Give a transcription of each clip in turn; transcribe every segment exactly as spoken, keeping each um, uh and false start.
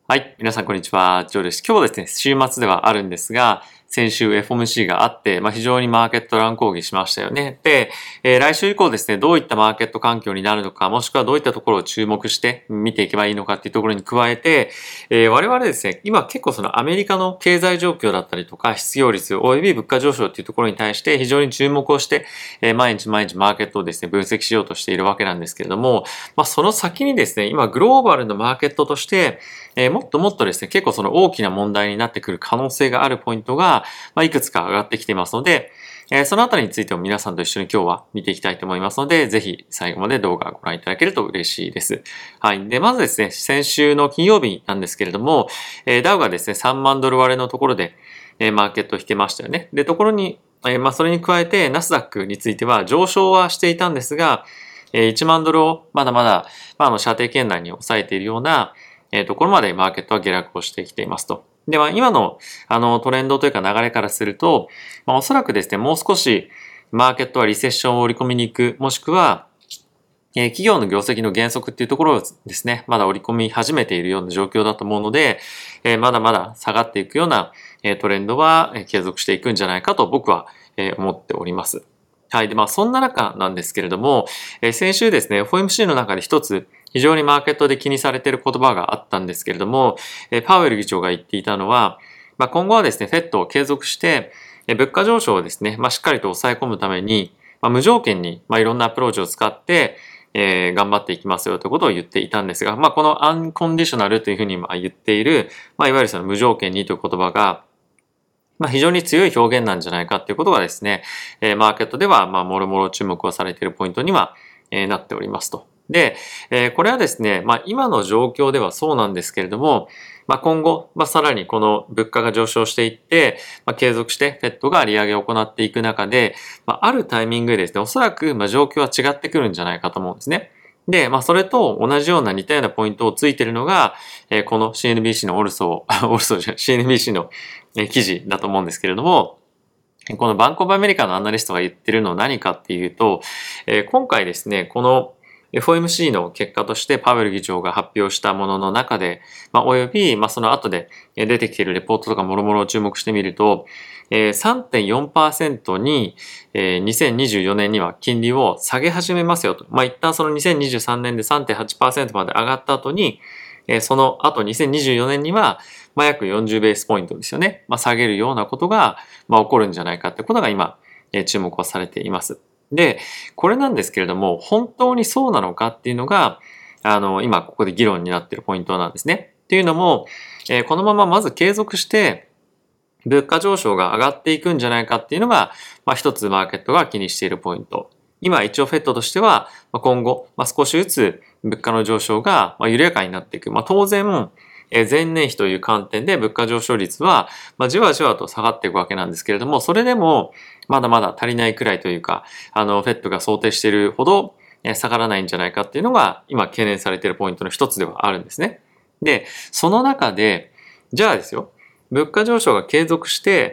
はい。皆さん、こんにちは。ジョーです。今日はですね、週末ではあるんですが、先週 エフオーエムシー があって、まあ、非常にマーケット乱高下しましたよね。で、えー、来週以降ですね、どういったマーケット環境になるのか、もしくはどういったところを注目して見ていけばいいのかっていうところに加えて、えー、我々ですね、今結構そのアメリカの経済状況だったりとか、失業率および物価上昇っていうところに対して非常に注目をして、えー、毎日毎日マーケットをですね、分析しようとしているわけなんですけれども、まあ、その先にですね、今グローバルのマーケットとして、えー、もっともっとですね、結構その大きな問題になってくる可能性があるポイントが、まあ、いくつか上がってきていますので、えー、そのあたりについても皆さんと一緒に今日は見ていきたいと思いますので、ぜひ最後まで動画をご覧いただけると嬉しいです。はい。で、まずですね、先週の金曜日なんですけれども、えー、ダウがですね、さんまんドル割れのところで、えー、マーケットを引けましたよね。で、ところに、えー、まあ、それに加えて、ナスダックについては上昇はしていたんですが、えー、いちまんドルをまだまだ、まあ、あの、射程圏内に抑えているような、えー、ところまでマーケットは下落をしてきていますと。では、今の、あの、トレンドというか流れからすると、まあ、おそらくですね、もう少しマーケットはリセッションを織り込みに行く、もしくは、えー、企業の業績の減速っていうところをですね、まだ織り込み始めているような状況だと思うので、えー、まだまだ下がっていくような、えー、トレンドは、えー、継続していくんじゃないかと僕は、えー、思っております。はい。で、まあ、そんな中なんですけれども、えー、先週ですね、エフオーエムシー の中で一つ、非常にマーケットで気にされている言葉があったんですけれども、パウエル議長が言っていたのは、まあ、今後はですね、フェットを継続して、物価上昇をですね、まあ、しっかりと抑え込むために、まあ、無条件に、まあ、いろんなアプローチを使って、えー、頑張っていきますよということを言っていたんですが、まあ、このアンコンディショナルというふうに言っている、まあ、いわゆるその無条件にという言葉が、まあ、非常に強い表現なんじゃないかということがですね、えー、マーケットでは、まあ、もろもろ注目をされているポイントには、えー、なっておりますと。で、えー、これはですね、まあ、今の状況ではそうなんですけれども、まあ、今後、まあ、さらにこの物価が上昇していって、まあ、継続して フェット が利上げを行っていく中で、まあ、あるタイミングでですね、おそらく、まあ、状況は違ってくるんじゃないかと思うんですね。で、まあ、それと同じような似たようなポイントをついているのが、えー、この シーエヌビーシー のオルソー、オルソーじゃない、シーエヌビーシー の記事だと思うんですけれども、このバンコブアメリカのアナリストが言ってるのは何かっていうと、えー、今回ですね、この エフオーエムシー の結果としてパウエル議長が発表したものの中で、まあ、および、まあ、その後で出てきているレポートとかもろもろを注目してみると、えー、さんてんよんパーセント に、えー、にせんにじゅうよねんには金利を下げ始めますよと。まあ、一旦そのにせんにじゅうさんねんで さんてんはちパーセント まで上がった後に、えー、その後にせんにじゅうよねんには、まあ、約よんじゅうベースポイントですよね。まあ、下げるようなことが、まあ、起こるんじゃないかってことが今、えー、注目をされています。で、これなんですけれども、本当にそうなのかっていうのが、あの、今ここで議論になっているポイントなんですね。っていうのも、えー、このまままず継続して、物価上昇が上がっていくんじゃないかっていうのが、まあ、一つマーケットが気にしているポイント。今一応フェットとしては、今後、まあ、少しずつ物価の上昇が緩やかになっていく。まあ、当然、前年比という観点で物価上昇率は、まあ、じわじわと下がっていくわけなんですけれども、それでもまだまだ足りないくらいというか、あの、フェットが想定しているほど下がらないんじゃないかっていうのが、今懸念されているポイントの一つではあるんですね。で、その中で、じゃあですよ、物価上昇が継続して、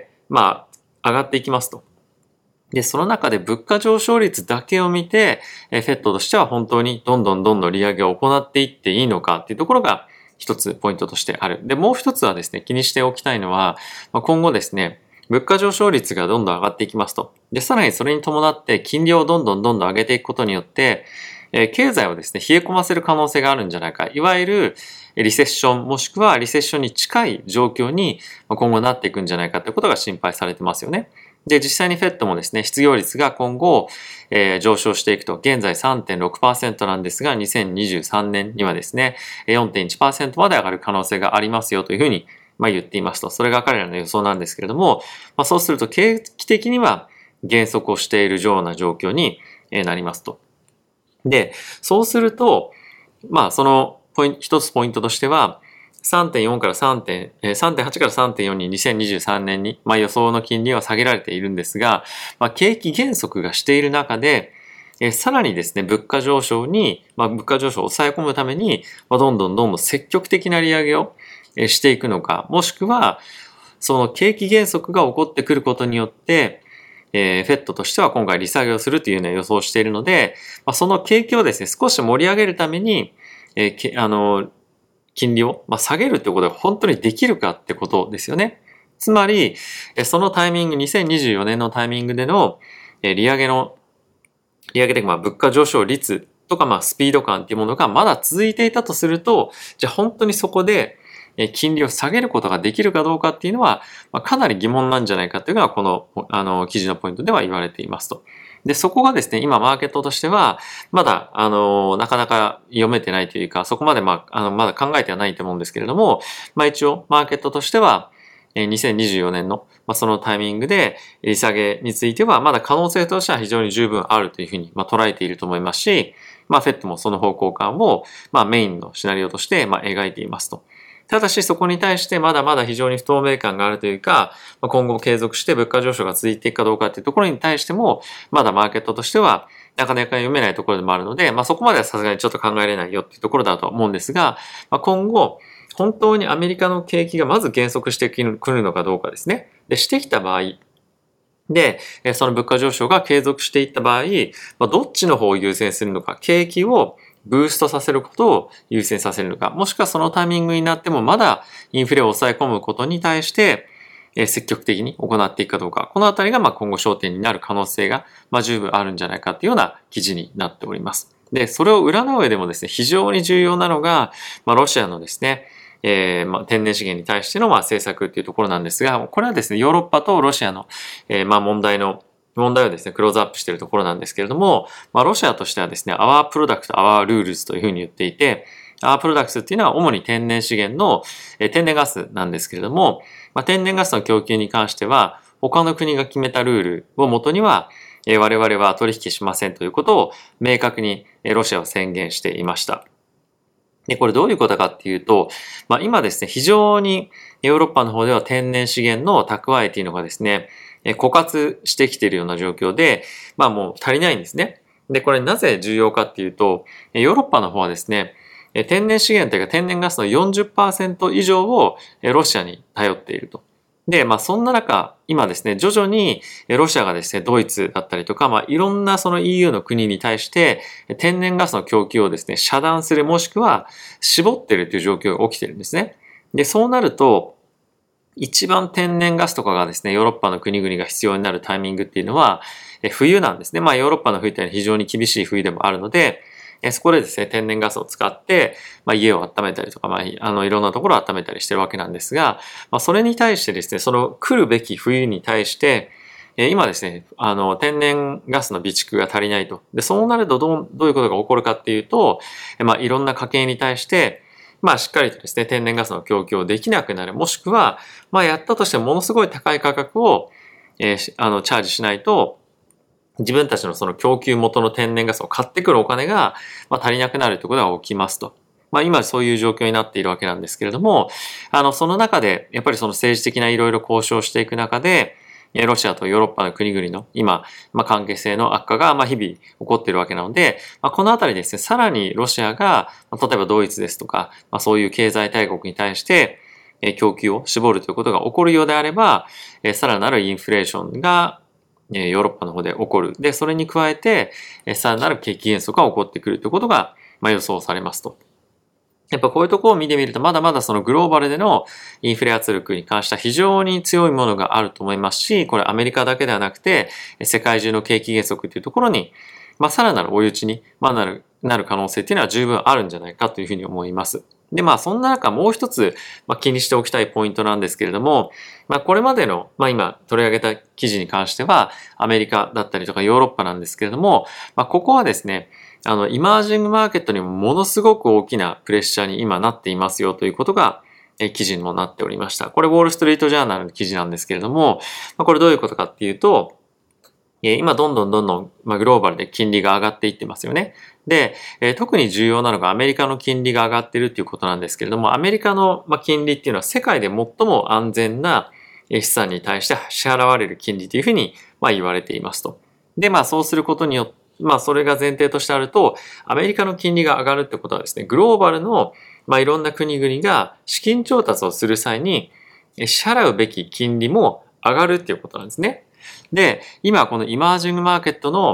まあ、上がっていきますと。で、その中で物価上昇率だけを見て、フェットとしては本当にどんどんどんどん利上げを行っていっていいのかっていうところが一つポイントとしてある。で、もう一つはですね、気にしておきたいのは、今後ですね、物価上昇率がどんどん上がっていきますと。で、さらにそれに伴って金利をどんどんどんどん上げていくことによって、え経済をですね、冷え込ませる可能性があるんじゃないか。いわゆるリセッションもしくはリセッションに近い状況に今後なっていくんじゃないかということが心配されてますよね。で、実際に フェット もですね、失業率が今後、えー、上昇していくと、現在 さんてんろくパーセント なんですが、にせんにじゅうさんねんにはですね、よんてんいちパーセント まで上がる可能性がありますよというふうに、まあ、言っていますと。それが彼らの予想なんですけれども、まあ、そうすると景気的には減速をしているような状況になりますと。で、そうすると、まあ、そのポイント、一つポイントとしては、さんてんよん から3点、さんてんはちから さんてんよん ににせんにじゅうさんねんに、まあ、予想の金利は下げられているんですが、まあ、景気減速がしている中で、えさらにですね、物価上昇に、まあ、物価上昇を抑え込むために、まあ、どんどんどんどん積極的な利上げをしていくのか、もしくは、その景気減速が起こってくることによって、えー、フェットとしては今回利下げをするというのを予想しているので、まあ、その景気をですね、少し盛り上げるために、えー、あの、 金利を、まあ、下げるってことが本当にできるかってことですよね。つまり、そのタイミング、にせんにじゅうよねんのタイミングでの利上げの、利上げでまあ物価上昇率とかまあスピード感っていうものがまだ続いていたとすると、じゃあ本当にそこで金利を下げることができるかどうかっていうのは、まあ、かなり疑問なんじゃないかっていうのがこの、あの、記事のポイントでは言われていますと。で、そこがですね、今マーケットとしては、まだ、あの、なかなか読めてないというか、そこまでまあ、あの、まだ考えてはないと思うんですけれども、まあ一応、マーケットとしては、にせんにじゅうよねんの、まあ、そのタイミングで利下げについては、まだ可能性としては非常に十分あるというふうに、まあ、捉えていると思いますし、まあ、フェットもその方向感を、まあ、メインのシナリオとして、まあ、描いていますと。ただし、そこに対してまだまだ非常に不透明感があるというか、今後継続して物価上昇が続いていくかどうかっていうところに対しても、まだマーケットとしてはなかなか読めないところでもあるので、まあそこまではさすがにちょっと考えれないよっていうところだと思うんですが、まあ、今後、本当にアメリカの景気がまず減速してくるのかどうかですね。で、してきた場合、で、その物価上昇が継続していった場合、まあ、どっちの方を優先するのか、景気をブーストさせることを優先させるのか、もしくはそのタイミングになってもまだインフレを抑え込むことに対して、積極的に行っていくかどうか、このあたりがまあ今後焦点になる可能性がまあ十分あるんじゃないかというような記事になっております。で、それを占う上でもですね、非常に重要なのが、まあ、ロシアのですね、えーまあ、天然資源に対してのまあ政策っていうところなんですが、これはですね、ヨーロッパとロシアの、えー、まあ問題の問題をですね、クローズアップしているところなんですけれども、まあ、ロシアとしてはですね、our product, our rules というふうに言っていて、our products っていうのは主に天然資源の、えー、天然ガスなんですけれども、まあ、天然ガスの供給に関しては、他の国が決めたルールをもとには、えー、我々は取引しませんということを明確にロシアは宣言していました。で、これどういうことかっていうと、まあ今ですね、非常にヨーロッパの方では天然資源の蓄えっていうのがですね、枯渇してきているような状況で、まあもう足りないんですね。で、これなぜ重要かっていうと、ヨーロッパの方はですね、天然資源というか天然ガスの よんじゅっパーセント 以上をロシアに頼っていると。で、まあそんな中、今ですね、徐々にロシアがですね、ドイツだったりとか、まあいろんなその イーユー の国に対して天然ガスの供給をですね、遮断するもしくは絞っているという状況が起きているんですね。で、そうなると、一番天然ガスとかがですね、ヨーロッパの国々が必要になるタイミングっていうのは、冬なんですね。まあヨーロッパの冬っていうのは非常に厳しい冬でもあるので、そこでですね、天然ガスを使って、まあ、家を温めたりとか、まあ、あの、いろんなところを温めたりしてるわけなんですが、まあ、それに対してですね、その来るべき冬に対して、え今ですね、あの、天然ガスの備蓄が足りないと。で、そうなるとどう、どういうことが起こるかっていうと、まあ、いろんな家計に対して、まあ、しっかりとですね、天然ガスの供給をできなくなる。もしくは、まあ、やったとしてもものすごい高い価格を、えー、あの、チャージしないと、自分たちのその供給元の天然ガスを買ってくるお金が、まあ、足りなくなるということが起きますと。まあ今そういう状況になっているわけなんですけれども、あの、その中で、やっぱりその政治的ないろいろ交渉していく中で、ロシアとヨーロッパの国々の今、まあ、関係性の悪化が、まあ、日々起こっているわけなので、まあ、このあたりですね、さらにロシアが、例えばドイツですとか、まあ、そういう経済大国に対して、供給を絞るということが起こるようであれば、さらなるインフレーションがヨーロッパの方で起こる。で、それに加えて、さらなる景気減速が起こってくるということが、まあ、予想されますと。やっぱこういうところを見てみると、まだまだそのグローバルでのインフレ圧力に関しては非常に強いものがあると思いますし、これアメリカだけではなくて、世界中の景気減速というところに、まあ、さらなる追い打ちに、まあ、なる、なる可能性っていうのは十分あるんじゃないかというふうに思います。で、まあ、そんな中もう一つ、まあ、気にしておきたいポイントなんですけれども、まあ、これまでの、まあ、今取り上げた記事に関しては、アメリカだったりとかヨーロッパなんですけれども、まあ、ここはですね、あの、イマージングマーケットにもものすごく大きなプレッシャーに今なっていますよということが、え記事にもなっておりました。これ、ウォールストリートジャーナルの記事なんですけれども、まあ、これどういうことかっていうと、今どんどんどんどん、まあ、グローバルで金利が上がっていってますよね。で、えー、特に重要なのがアメリカの金利が上がっているということなんですけれども、アメリカの、まあ、金利っていうのは世界で最も安全な資産に対して支払われる金利というふうに、まあ、言われていますと。で、まあそうすることによって、まあそれが前提としてあると、アメリカの金利が上がるってことはですね、グローバルの、まあ、いろんな国々が資金調達をする際に支払うべき金利も上がるっていうことなんですね。で、今このイマージングマーケットの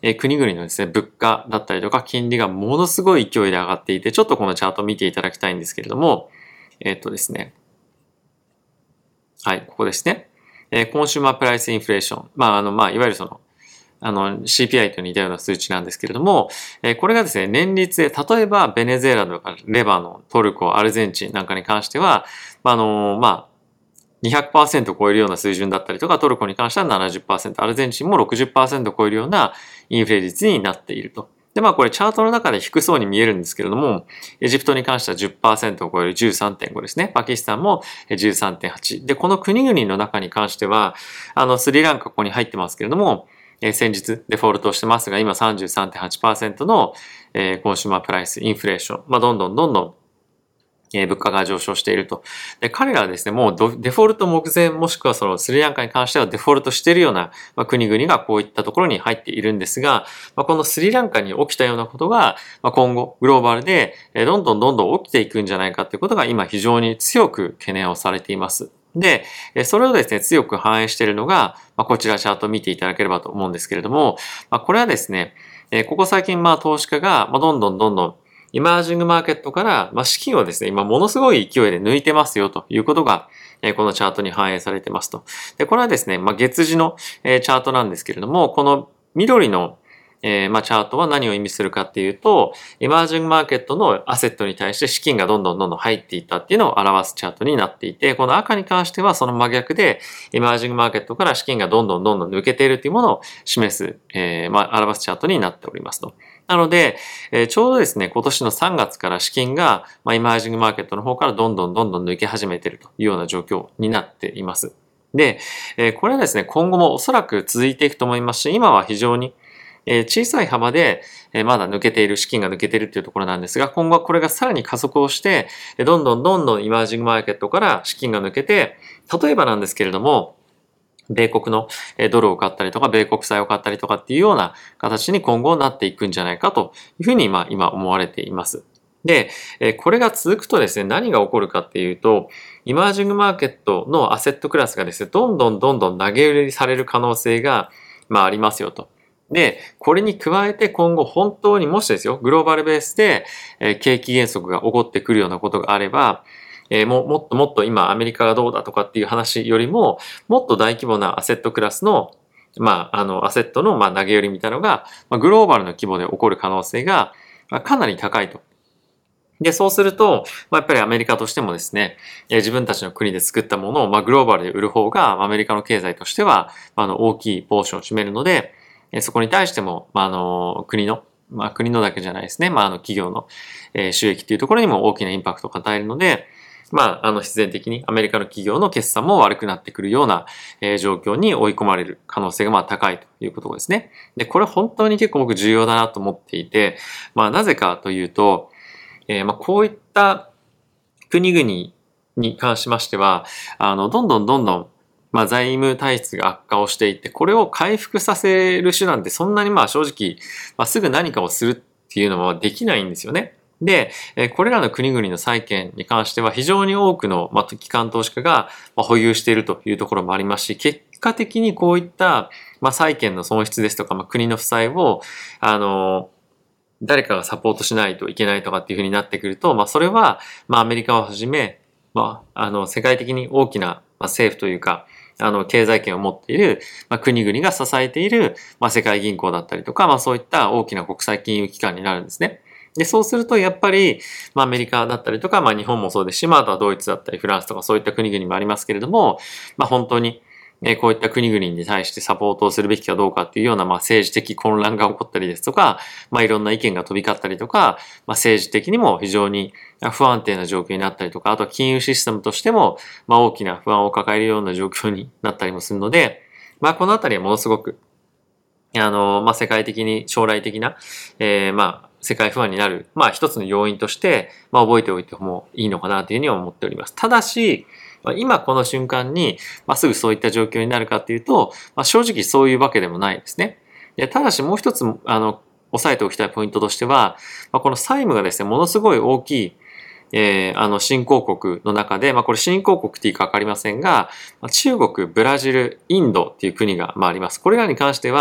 えー、国々のですね、物価だったりとか金利がものすごい勢いで上がっていて、ちょっとこのチャートを見ていただきたいんですけれども、えっとですね。はい、ここですね。えー、コンシューマープライスインフレーション。まあ、あの、まあ、いわゆるその、あの、シーピーアイ と似たような数値なんですけれども、えー、これがですね、年率で、例えばベネズエラとかレバノン、トルコ、アルゼンチンなんかに関しては、あのー、まあ、にひゃくパーセント 超えるような水準だったりとか、トルコに関しては ななじゅっパーセント、アルゼンチンも ろくじゅっパーセント 超えるようなインフレ率になっていると。で、まあこれチャートの中で低そうに見えるんですけれども、エジプトに関しては じゅっパーセント を超える じゅうさんてんご ですね。パキスタンも じゅうさんてんはち。で、この国々の中に関しては、あの、スリランカここに入ってますけれども、先日デフォルトしてますが、今 さんじゅうさんてんはちパーセント の、えー、コンシューマープライスインフレーション。まあどんどんどんどんえー、物価が上昇していると。で、彼らはですね、もうデフォルト目前もしくはそのスリランカに関してはデフォルトしているような、まあ、国々がこういったところに入っているんですが、まあ、このスリランカに起きたようなことが、まあ、今後グローバルでどんどんどんどん起きていくんじゃないかということが今非常に強く懸念をされています。で、それをですね、強く反映しているのが、まあ、こちらチャートを見ていただければと思うんですけれども、まあ、これはですね、ここ最近まあ投資家がどんどんどんどんイマージングマーケットから、まあ、資金をですね、今ものすごい勢いで抜いてますよということが、えこのチャートに反映されてますと。で、これはですね、まあ、月次の、えチャートなんですけれども、この緑の、えー、まあ、チャートは何を意味するかっていうと、イマージングマーケットのアセットに対して資金がどんどんどんどん入っていったっていうのを表すチャートになっていて、この赤に関してはその真逆で、イマージングマーケットから資金がどんどんどんどん抜けているっていうものを示す、えー、まあ、表すチャートになっておりますと。なので、えー、ちょうどですね、今年のさんがつから資金が、まあ、イマージングマーケットの方からどんどんどんどん抜け始めているというような状況になっています。で、えー、これはですね、今後もおそらく続いていくと思いますし、今は非常に小さい幅でまだ抜けている、資金が抜けているというところなんですが、今後はこれがさらに加速をして、どんどんどんどんイマージングマーケットから資金が抜けて、例えばなんですけれども、米国のドルを買ったりとか、米国債を買ったりとかっていうような形に今後なっていくんじゃないかというふうに今、今思われています。で、これが続くとですね、何が起こるかっていうと、イマージングマーケットのアセットクラスがですね、どんどんどんどん投げ売りされる可能性が、まあありますよと。で、これに加えて今後本当にもしですよ、グローバルベースで景気減速が起こってくるようなことがあれば、えー、ももっともっと今アメリカがどうだとかっていう話よりも、もっと大規模なアセットクラスの、まあ、あの、アセットの、まあ、投げ売りみたいなのが、まあ、グローバルの規模で起こる可能性が、まあ、かなり高いと。で、そうすると、まあ、やっぱりアメリカとしてもですね、えー、自分たちの国で作ったものを、まあ、グローバルで売る方が、アメリカの経済としては、あの、大きいポーションを占めるので、えー、そこに対しても、まあ、あの、国の、まあ、国のだけじゃないですね、まあ、あの、企業の、えー、収益っていうところにも大きなインパクトを与えるので、まあ、あの、必然的にアメリカの企業の決算も悪くなってくるような、えー、状況に追い込まれる可能性がまあ高いということですね。で、これ本当に結構僕重要だなと思っていて、まあ、なぜかというと、えー、まあ、こういった国々に関しましては、あの、どんどんどんどん、まあ、財務体質が悪化をしていて、これを回復させる手段ってそんなにまあ正直、まあ、すぐ何かをするっていうのはできないんですよね。で、これらの国々の債券に関しては非常に多くの、まあ、機関投資家が保有しているというところもありますし、結果的にこういった、まあ、債券の損失ですとか、まあ、国の負債を、あの、誰かがサポートしないといけないとかっていうふうになってくると、まあ、それは、まあ、アメリカをはじめ、まあ、あの、世界的に大きな、まあ、政府というか、あの、経済圏を持っている、まあ、国々が支えている、まあ、世界銀行だったりとか、まあ、そういった大きな国際金融機関になるんですね。で、そうすると、やっぱり、まあ、アメリカだったりとか、まあ、日本もそうですし、まあ、あとはドイツだったり、フランスとか、そういった国々もありますけれども、まあ、本当に、えこういった国々に対してサポートをするべきかどうかっていうような、まあ、政治的混乱が起こったりですとか、まあ、いろんな意見が飛び交ったりとか、まあ、政治的にも非常に不安定な状況になったりとか、あとは金融システムとしても、まあ、大きな不安を抱えるような状況になったりもするので、まあ、このあたりはものすごく、あの、まあ、世界的に将来的な、えー、まあ、世界不安になる、まあ、一つの要因として、まあ、覚えておいてもいいのかなというふうには思っております。ただし、今この瞬間に、まあ、すぐそういった状況になるかっていうと、まあ、正直そういうわけでもないですね。でただしもう一つ、あの、押さえておきたいポイントとしては、まあ、この債務がですね、ものすごい大きい、えー、あの、新興国の中で、まあ、これ新興国っていうかわかりませんが、中国、ブラジル、インドっていう国が、まあ、あります。これらに関しては、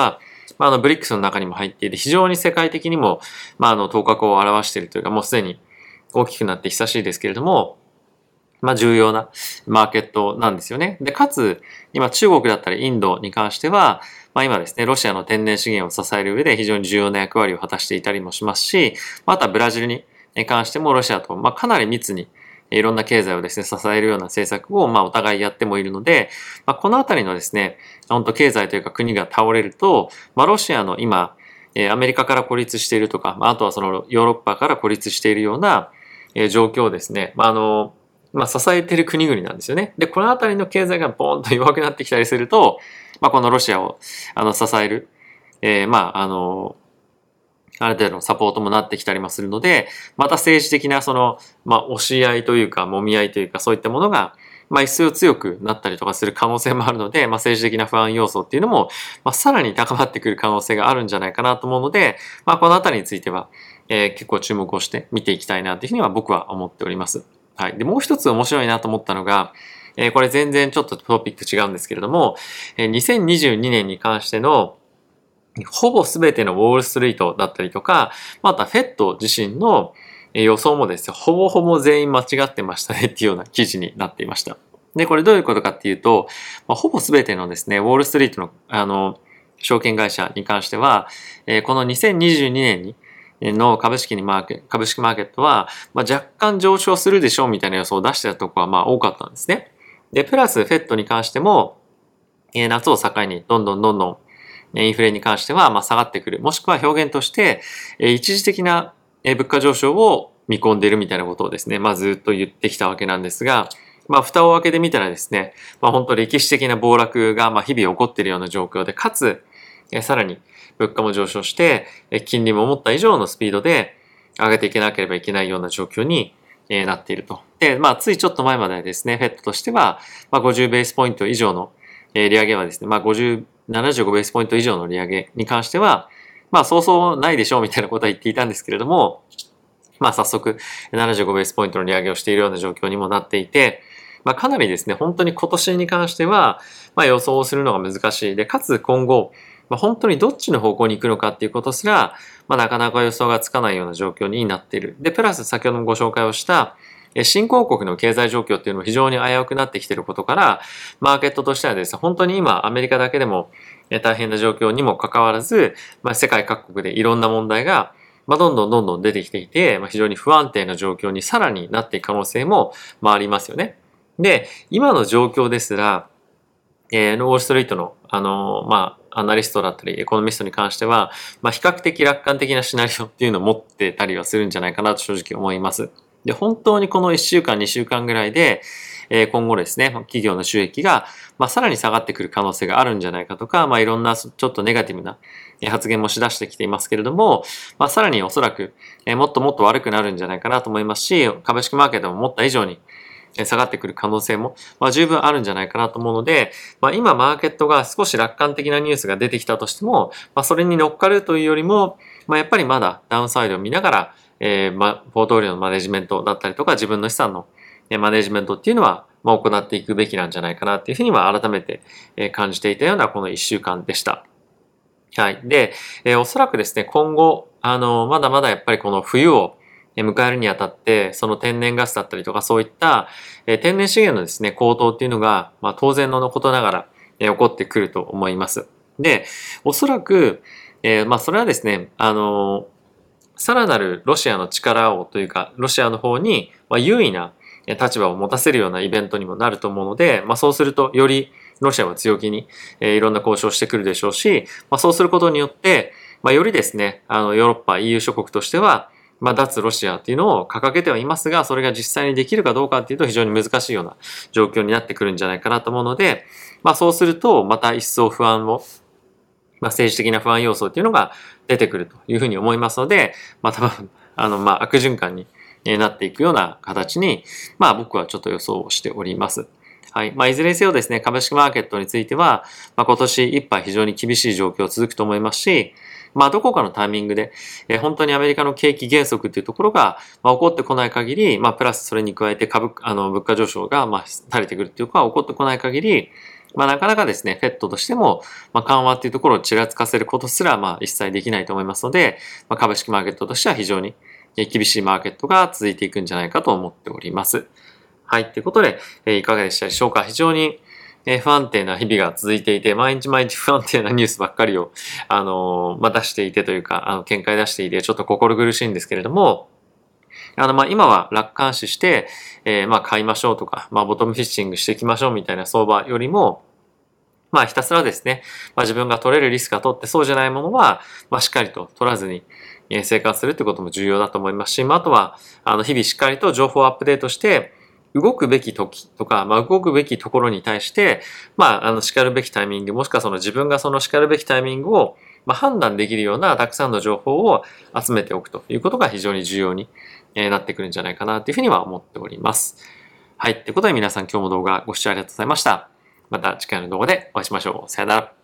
まあ、あの、ブリックスの中にも入っていて、非常に世界的にも、まあ、あの、頭角を表しているというか、もうすでに大きくなって久しいですけれども、まあ、重要なマーケットなんですよね。で、かつ、今中国だったりインドに関しては、まあ今ですね、ロシアの天然資源を支える上で非常に重要な役割を果たしていたりもしますし、またブラジルに関してもロシアと、まあかなり密にいろんな経済をですね、支えるような政策を、まあお互いやってもいるので、まあこのあたりのですね、本当経済というか国が倒れると、まあロシアの今、アメリカから孤立しているとか、あとはそのヨーロッパから孤立しているような状況をですね、まああの、まあ支えている国々なんですよね。で、このあたりの経済がボーンと弱くなってきたりすると、まあこのロシアをあの支える、えー、まああの、ある程度のサポートもなってきたりもするので、また政治的なその、まあ押し合いというか、揉み合いというか、そういったものが、まあ一層強くなったりとかする可能性もあるので、まあ政治的な不安要素っていうのも、まあさらに高まってくる可能性があるんじゃないかなと思うので、まあこのあたりについては、えー、結構注目をして見ていきたいなというふうには僕は思っております。はい。で、もう一つ面白いなと思ったのが、えー、これ全然ちょっとトピック違うんですけれども、えー、にせんにじゅうにねんに関してのほぼ全てのウォールストリートだったりとか、またフェット自身の予想もですね、ほぼほぼ全員間違ってましたねっていうような記事になっていました。で、これどういうことかっていうと、まあ、ほぼ全てのですね、ウォールストリートの、あの、証券会社に関しては、えー、このにせんにじゅうにねんにの株式にマーケ株式マーケットは、まあ、若干上昇するでしょうみたいな予想を出してたところはまあ多かったんですね。で、プラスフェットに関しても、えー、夏を境にどんどんどんどんインフレに関してはまあ下がってくる。もしくは表現として、えー、一時的な物価上昇を見込んでいるみたいなことをですね、まあずっと言ってきたわけなんですが、まあ蓋を開けてみたらですね、まあ本当歴史的な暴落がまあ日々起こっているような状況で、かつ、えさらに物価も上昇して、金利も思った以上のスピードで上げていけなければいけないような状況になっていると。で、まあ、ついちょっと前までですね、フェットとしては、まあ、ごじゅうベースポイント以上の利上げはですね、まあ、ごじゅう、ななじゅうごベースポイント以上の利上げに関しては、まあ、そうそうないでしょうみたいなことは言っていたんですけれども、まあ、早速、ななじゅうごベースポイントの利上げをしているような状況にもなっていて、まあ、かなりですね、本当に今年に関しては、まあ、予想をするのが難しい。で、かつ今後、まあ、本当にどっちの方向に行くのかっていうことすら、まあ、なかなか予想がつかないような状況になっている。で、プラス先ほどもご紹介をした、新興国の経済状況っていうのも非常に危うくなってきていることから、マーケットとしてはですね、本当に今アメリカだけでも大変な状況にもかかわらず、まあ、世界各国でいろんな問題が、まあ、どんどんどんどん出てきていて、まあ、非常に不安定な状況にさらになっていく可能性も、まあ、ありますよね。で、今の状況ですら、えー、ウォールストリートの、あのー、まあ、アナリストだったり、エコノミストに関しては、まあ、比較的楽観的なシナリオっていうのを持ってたりはするんじゃないかなと正直思います。で、本当にこのいっしゅうかん、にしゅうかんぐらいで、えー、今後ですね、企業の収益が、まあ、さらに下がってくる可能性があるんじゃないかとか、まあ、いろんなちょっとネガティブな発言もし出してきていますけれども、まあ、さらにおそらく、えー、もっともっと悪くなるんじゃないかなと思いますし、株式マーケットも思った以上に、下がってくる可能性も、まあ、十分あるんじゃないかなと思うので、まあ、今マーケットが少し楽観的なニュースが出てきたとしても、まあ、それに乗っかるというよりも、まあ、やっぱりまだダウンサイドを見ながら、えー、ま、ポートフォリオのマネジメントだったりとか、自分の資産のマネジメントっていうのは、まあ、行っていくべきなんじゃないかなっていうふうには改めて感じていたようなこのいっしゅうかんでした。はい。で、えー、おそらくですね、今後、あの、まだまだやっぱりこの冬を迎えるにあたって、その天然ガスだったりとかそういった、えー、天然資源のですね、高騰っていうのが、まあ当然のことながら、えー、起こってくると思います。で、おそらく、えー、まあそれはですね、あのー、さらなるロシアの力をというか、ロシアの方に、まあ、優位な立場を持たせるようなイベントにもなると思うので、まあそうするとよりロシアは強気に、えー、いろんな交渉をしてくるでしょうし、まあそうすることによって、まあよりですね、あのヨーロッパ、イーユー 諸国としては、まあ、脱ロシアっていうのを掲げてはいますが、それが実際にできるかどうかっていうと非常に難しいような状況になってくるんじゃないかなと思うので、まあそうするとまた一層不安を、まあ政治的な不安要素っていうのが出てくるというふうに思いますので、まあ多分、あの、まあ悪循環になっていくような形に、まあ僕はちょっと予想をしております。はい。まあ、いずれにせよですね、株式マーケットについては、まあ今年いっぱい非常に厳しい状況続くと思いますし、 まあ、どこかのタイミングで、えー、本当にアメリカの景気減速っていうところが、まあ、起こってこない限り、まあ、プラスそれに加えて株、あの、物価上昇が、まあ、垂れてくるっていうことが起こってこない限り、まあ、なかなかですね、フェットとしても、まあ、緩和っていうところをちらつかせることすら、まあ、一切できないと思いますので、まあ、株式マーケットとしては非常に厳しいマーケットが続いていくんじゃないかと思っております。はい。ということで、えー、いかがでしたでしょうか。非常に、えー、不安定な日々が続いていて、毎日毎日不安定なニュースばっかりを、あのー、まあ、出していてというか、あの、見解出していて、ちょっと心苦しいんですけれども、あの、ま、今は楽観視して、えー、まあ、買いましょうとか、まあ、ボトムフィッシングしていきましょうみたいな相場よりも、まあ、ひたすらですね、まあ、自分が取れるリスクが取ってそうじゃないものは、まあ、しっかりと取らずに、え生活するってことも重要だと思いますし、まあ、あとは、あの、日々しっかりと情報をアップデートして、動くべき時とか、まあ、動くべきところに対して、まあ、あの、叱るべきタイミング、もしくはその自分がその叱るべきタイミングを、まあ、判断できるようなたくさんの情報を集めておくということが非常に重要になってくるんじゃないかなというふうには思っております。はい。ということで皆さん今日も動画ご視聴ありがとうございました。また次回の動画でお会いしましょう。さよなら。